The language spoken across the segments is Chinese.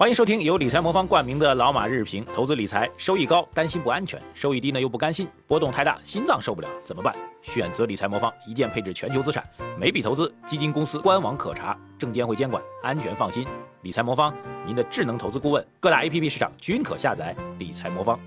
欢迎收听由理财魔方冠名的老马日评。投资理财收益高，担心不安全；收益低呢又不甘心，波动太大，心脏受不了，怎么办？选择理财魔方，一键配置全球资产，每笔投资基金公司官网可查，证监会监管，安全放心。理财魔方，您的智能投资顾问，各大 APP 市场均可下载。理财魔方。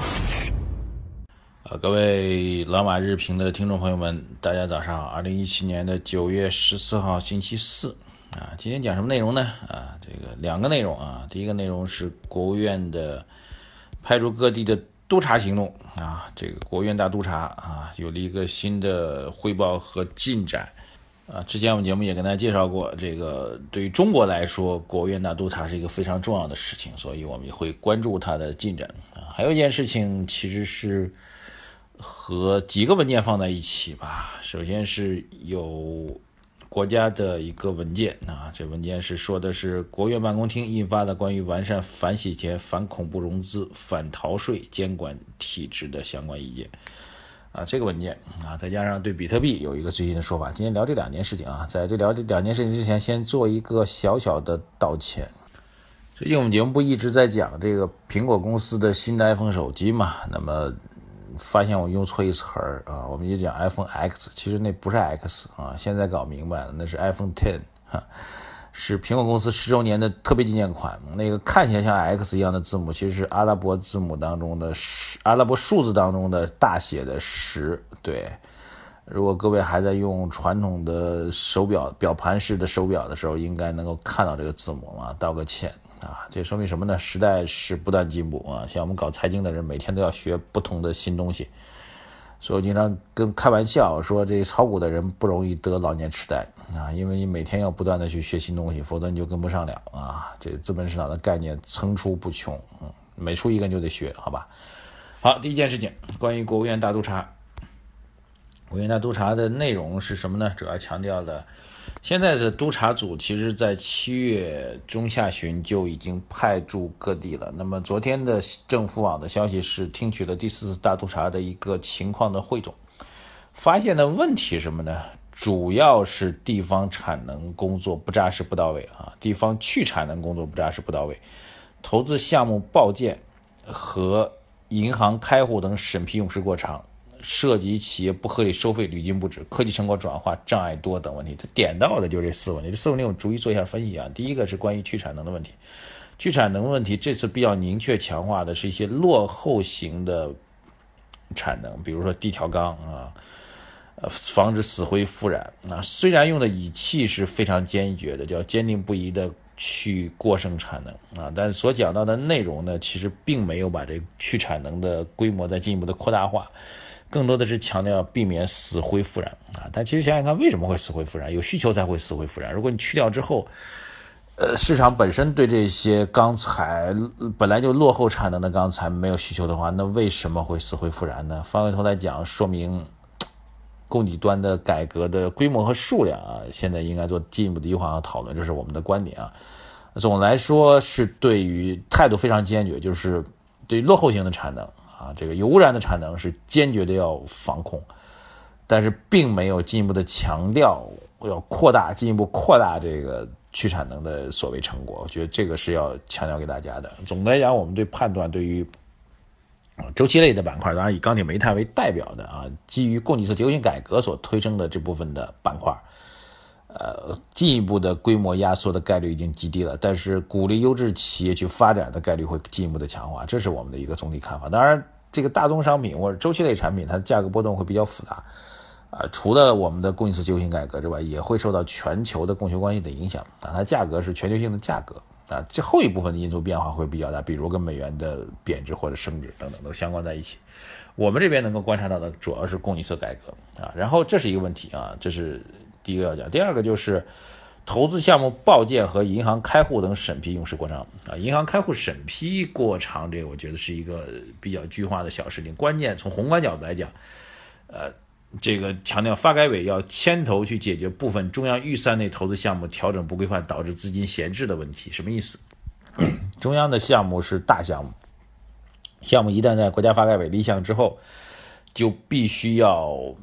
各位老马日评的听众朋友们，大家早上好。2017年的9月14号星期四今天讲什么内容呢？这个两个内容第一个内容是国务院的派驻各地的督查行动这个国务院大督查有了一个新的汇报和进展之前我们节目也跟大家介绍过，这个对于中国来说，国务院大督查是一个非常重要的事情，所以我们也会关注它的进展还有一件事情其实是和几个文件放在一起吧。首先是有国家的一个文件这文件是说的是国务院办公厅印发的关于完善反洗钱、反恐怖融资、反逃税监管体制的相关意见这个文件再加上对比特币有一个最新的说法。今天聊这两件事情在这聊这两件事情之前，先做一个小小的道歉。最近我们节目不一直在讲这个苹果公司的新的 iPhone 手机嘛，那么发现我用错一词儿我们就讲 iPhone X， 其实那不是 X现在搞明白了，那是 iPhone X是苹果公司10周年的特别纪念款。那个看起来像 X 一样的字母，其实是阿拉伯字母当中的阿拉伯数字当中的大写的10。对，如果各位还在用传统的手表表盘式的手表的时候，应该能够看到这个字母道个歉这说明什么呢？时代是不断进步像我们搞财经的人，每天都要学不同的新东西。所以我经常跟开玩笑说，这炒股的人不容易得老年痴呆因为你每天要不断的去学新东西，否则你就跟不上了这资本市场的概念层出不穷每出一个你就得学，好吧？好，第一件事情，关于国务院大督查。国务院大督查的内容是什么呢？主要强调了现在的督查组其实在7月中下旬就已经派驻各地了。那么昨天的政府网的消息是听取了第4次大督查的一个情况的汇总，发现的问题是什么呢？主要是地方产能工作不扎实不到位地方去产能工作不扎实不到位，投资项目报建和银行开户等审批用时过长，涉及企业不合理收费屡禁不止，科技成果转化障碍多等问题。它点到的就是这4问题。这4问题我们逐一做一下分析第一个是关于去产能的问题。去产能问题这次比较明确强化的是一些落后型的产能，比如说地条钢防止死灰复燃虽然用的语气是非常坚决的，叫坚定不移的去过剩产能但是所讲到的内容呢，其实并没有把这去产能的规模再进一步的扩大化，更多的是强调避免死灰复燃但其实想想看，为什么会死灰复燃？有需求才会死灰复燃。如果你去掉之后市场本身对这些钢材本来就落后产能的钢材没有需求的话，那为什么会死灰复燃呢？翻回头来讲，说明供给端的改革的规模和数量现在应该做进一步的优化和讨论，这是我们的观点总的来说是对于态度非常坚决，就是对于落后型的产能这个有污染的产能是坚决的要防控，但是并没有进一步的强调要进一步扩大这个去产能的所谓成果。我觉得这个是要强调给大家的。总的来讲，我们对判断对于周期类的板块，当然以钢铁煤炭为代表的基于供给侧结构性改革所推升的这部分的板块进一步的规模压缩的概率已经极低了，但是鼓励优质企业去发展的概率会进一步的强化，这是我们的一个总体看法。当然这个大宗商品或者周期类产品，它的价格波动会比较复杂除了我们的供给侧结构性改革之外，也会受到全球的供求关系的影响它价格是全球性的价格这后一部分的因素变化会比较大，比如跟美元的贬值或者升值等等都相关在一起。我们这边能够观察到的主要是供给侧改革然后这是一个问题这是第一个要讲。第二个就是投资项目报建和银行开户等审批用时过长银行开户审批过长，这个我觉得是一个比较具化的小事情。关键从宏观角度来讲这个强调发改委要牵头去解决部分中央预算内投资项目调整不规范导致资金闲置的问题。什么意思？中央的项目是大项目，项目一旦在国家发改委立项之后，就必须要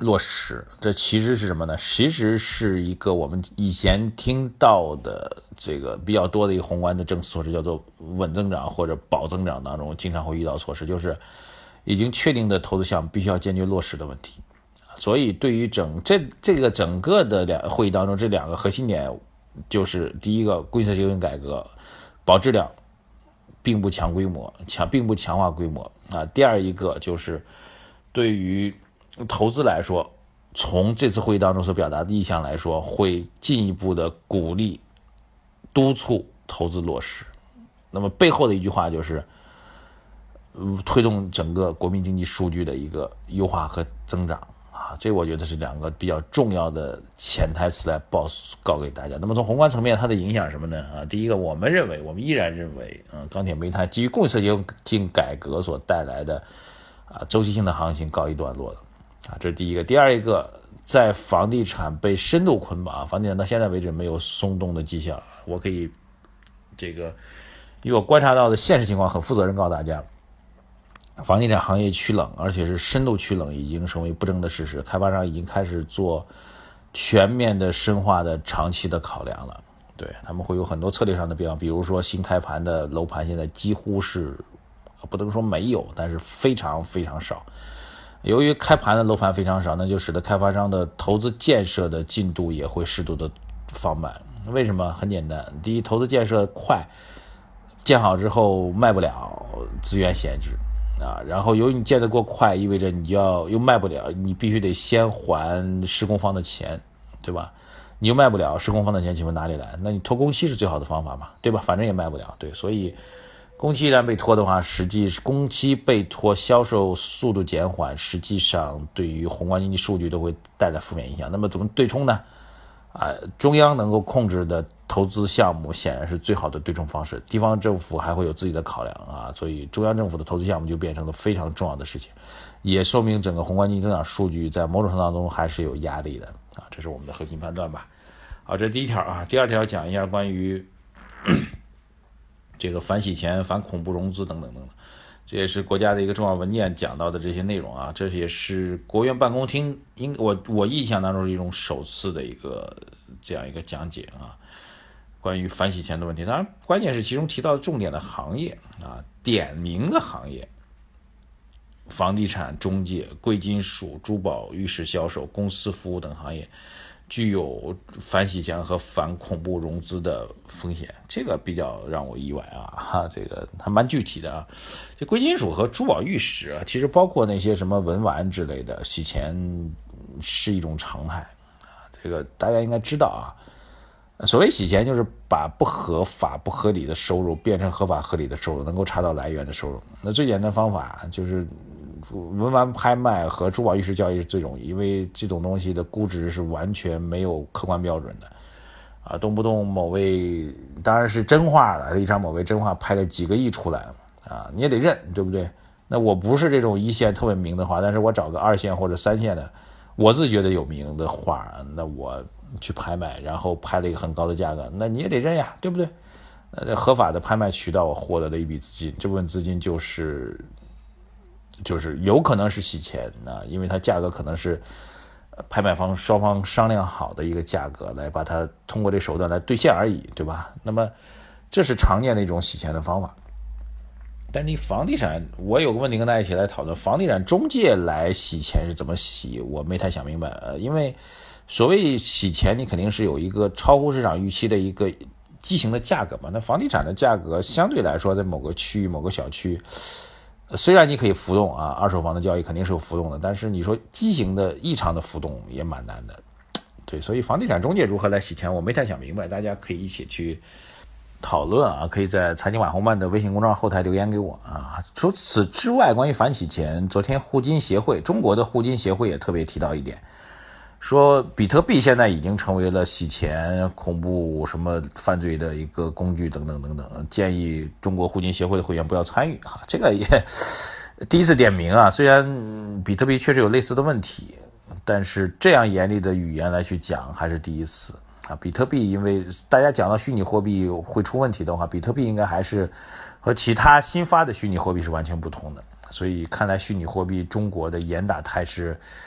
落实，这其实是什么呢？其实是一个我们以前听到的这个比较多的一个宏观的政策措施，叫做稳增长或者保增长当中经常会遇到措施，就是已经确定的投资项目必须要坚决落实的问题。所以对于这个整个的会议当中，这两个核心点就是第一个，规则结构性改革保质量，并不强规模，并不强化规模啊。第二一个就是对于投资来说，从这次会议当中所表达的意向来说，会进一步的鼓励督促投资落实。那么背后的一句话就是推动整个国民经济数据的一个优化和增长啊，这我觉得是两个比较重要的潜台词来告给大家。那么从宏观层面，它的影响是什么呢？啊，第一个，我们依然认为，钢铁煤炭基于供给侧结构性改革所带来的周期性的行情告一段落了。啊，这是第一个。第二一个，在房地产被深度捆绑，房地产到现在为止没有松动的迹象。我可以以我观察到的现实情况，很负责任告诉大家，房地产行业趋冷，而且是深度趋冷，已经成为不争的事实。开发商已经开始做全面的深化的长期的考量了。对，他们会有很多策略上的变化，比如说新开盘的楼盘现在几乎是不能说没有，但是非常非常少。由于开盘的楼盘非常少，那就使得开发商的投资建设的进度也会适度的放慢。为什么？很简单，第一，投资建设快，建好之后卖不了，资源闲置啊。然后由于你建得过快，意味着你又卖不了，你必须得先还施工方的钱，对吧？你又卖不了，施工方的钱请问哪里来？那你拖工期是最好的方法嘛，对吧？反正也卖不了，对，所以工期一旦被拖的话，工期被拖，销售速度减缓，实际上对于宏观经济数据都会带来负面影响。那么怎么对冲呢？中央能够控制的投资项目显然是最好的对冲方式，地方政府还会有自己的考量啊，所以中央政府的投资项目就变成了非常重要的事情，也说明整个宏观经济增长数据在某种程度当中还是有压力的啊，这是我们的核心判断吧。好，这是第一条啊。第二条讲一下关于这个反洗钱、反恐怖融资等等等等，这也是国家的一个重要文件讲到的这些内容啊。这也是国务院办公厅我印象当中是一种首次的这样一个讲解啊，关于反洗钱的问题。当然，关键是其中提到重点的行业啊，点名的行业：房地产中介、贵金属、珠宝、玉石销售、公司服务等行业具有反洗钱和反恐怖融资的风险，这个比较让我意外啊，这个还蛮具体的啊。这贵金属和珠宝玉石啊，其实包括那些什么文玩之类的，洗钱是一种常态啊，这个大家应该知道啊。所谓洗钱，就是把不合法不合理的收入变成合法合理的收入，能够查到来源的收入。那最简单的方法就是文玩拍卖和珠宝玉石交易是最容易，因为这种东西的估值是完全没有客观标准的啊，动不动某位当然是真画的一张某位真画拍了几个亿出来啊，你也得认，对不对？那我不是这种一线特别名的画，但是我找个二线或者三线的，我自己觉得有名的画，那我去拍卖，然后拍了一个很高的价格，那你也得认呀，对不对？合法的拍卖渠道我获得了一笔资金，这部分资金就是有可能是洗钱啊，因为它价格可能是拍卖方双方商量好的一个价格，来把它通过这手段来兑现而已，对吧？那么这是常见的一种洗钱的方法。但你房地产，我有个问题跟大家一起来讨论，房地产中介来洗钱是怎么洗，我没太想明白。因为所谓洗钱，你肯定是有一个超乎市场预期的一个畸形的价格嘛。那房地产的价格相对来说，在某个区域、某个小区，虽然你可以浮动啊，二手房的交易肯定是有浮动的，但是你说畸形的、异常的浮动也蛮难的。对，所以房地产中介如何来洗钱，我没太想明白，大家可以一起去讨论啊，可以在财经晚红漫的微信公众号后台留言给我啊。除此之外，关于反洗钱，昨天中国的互金协会也特别提到一点，说比特币现在已经成为了洗钱、恐怖什么犯罪的一个工具等等等等，建议中国互金协会的会员不要参与啊。这个也第一次点名啊，虽然比特币确实有类似的问题，但是这样严厉的语言来去讲还是第一次啊。比特币因为大家讲到虚拟货币会出问题的话，比特币应该还是和其他新发的虚拟货币是完全不同的，所以看来虚拟货币中国的严打态势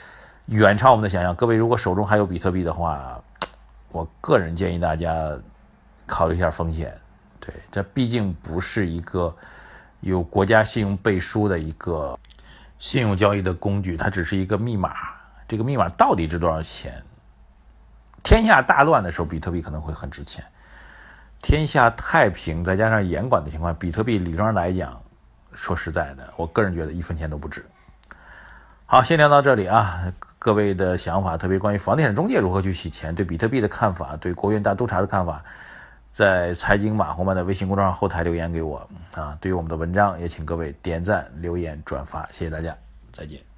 远超我们的想象。各位如果手中还有比特币的话，我个人建议大家考虑一下风险。对，这毕竟不是一个有国家信用背书的一个信用交易的工具，它只是一个密码。这个密码到底值多少钱？天下大乱的时候，比特币可能会很值钱。天下太平再加上严管的情况，比特币理论上来讲，说实在的，我个人觉得1分钱都不值。好，先聊到这里啊。各位的想法，特别关于房地产中介如何去洗钱，对比特币的看法，对国务院大督查的看法，在财经马红漫的微信公众号后台留言给我啊。对于我们的文章，也请各位点赞、留言、转发，谢谢大家，再见。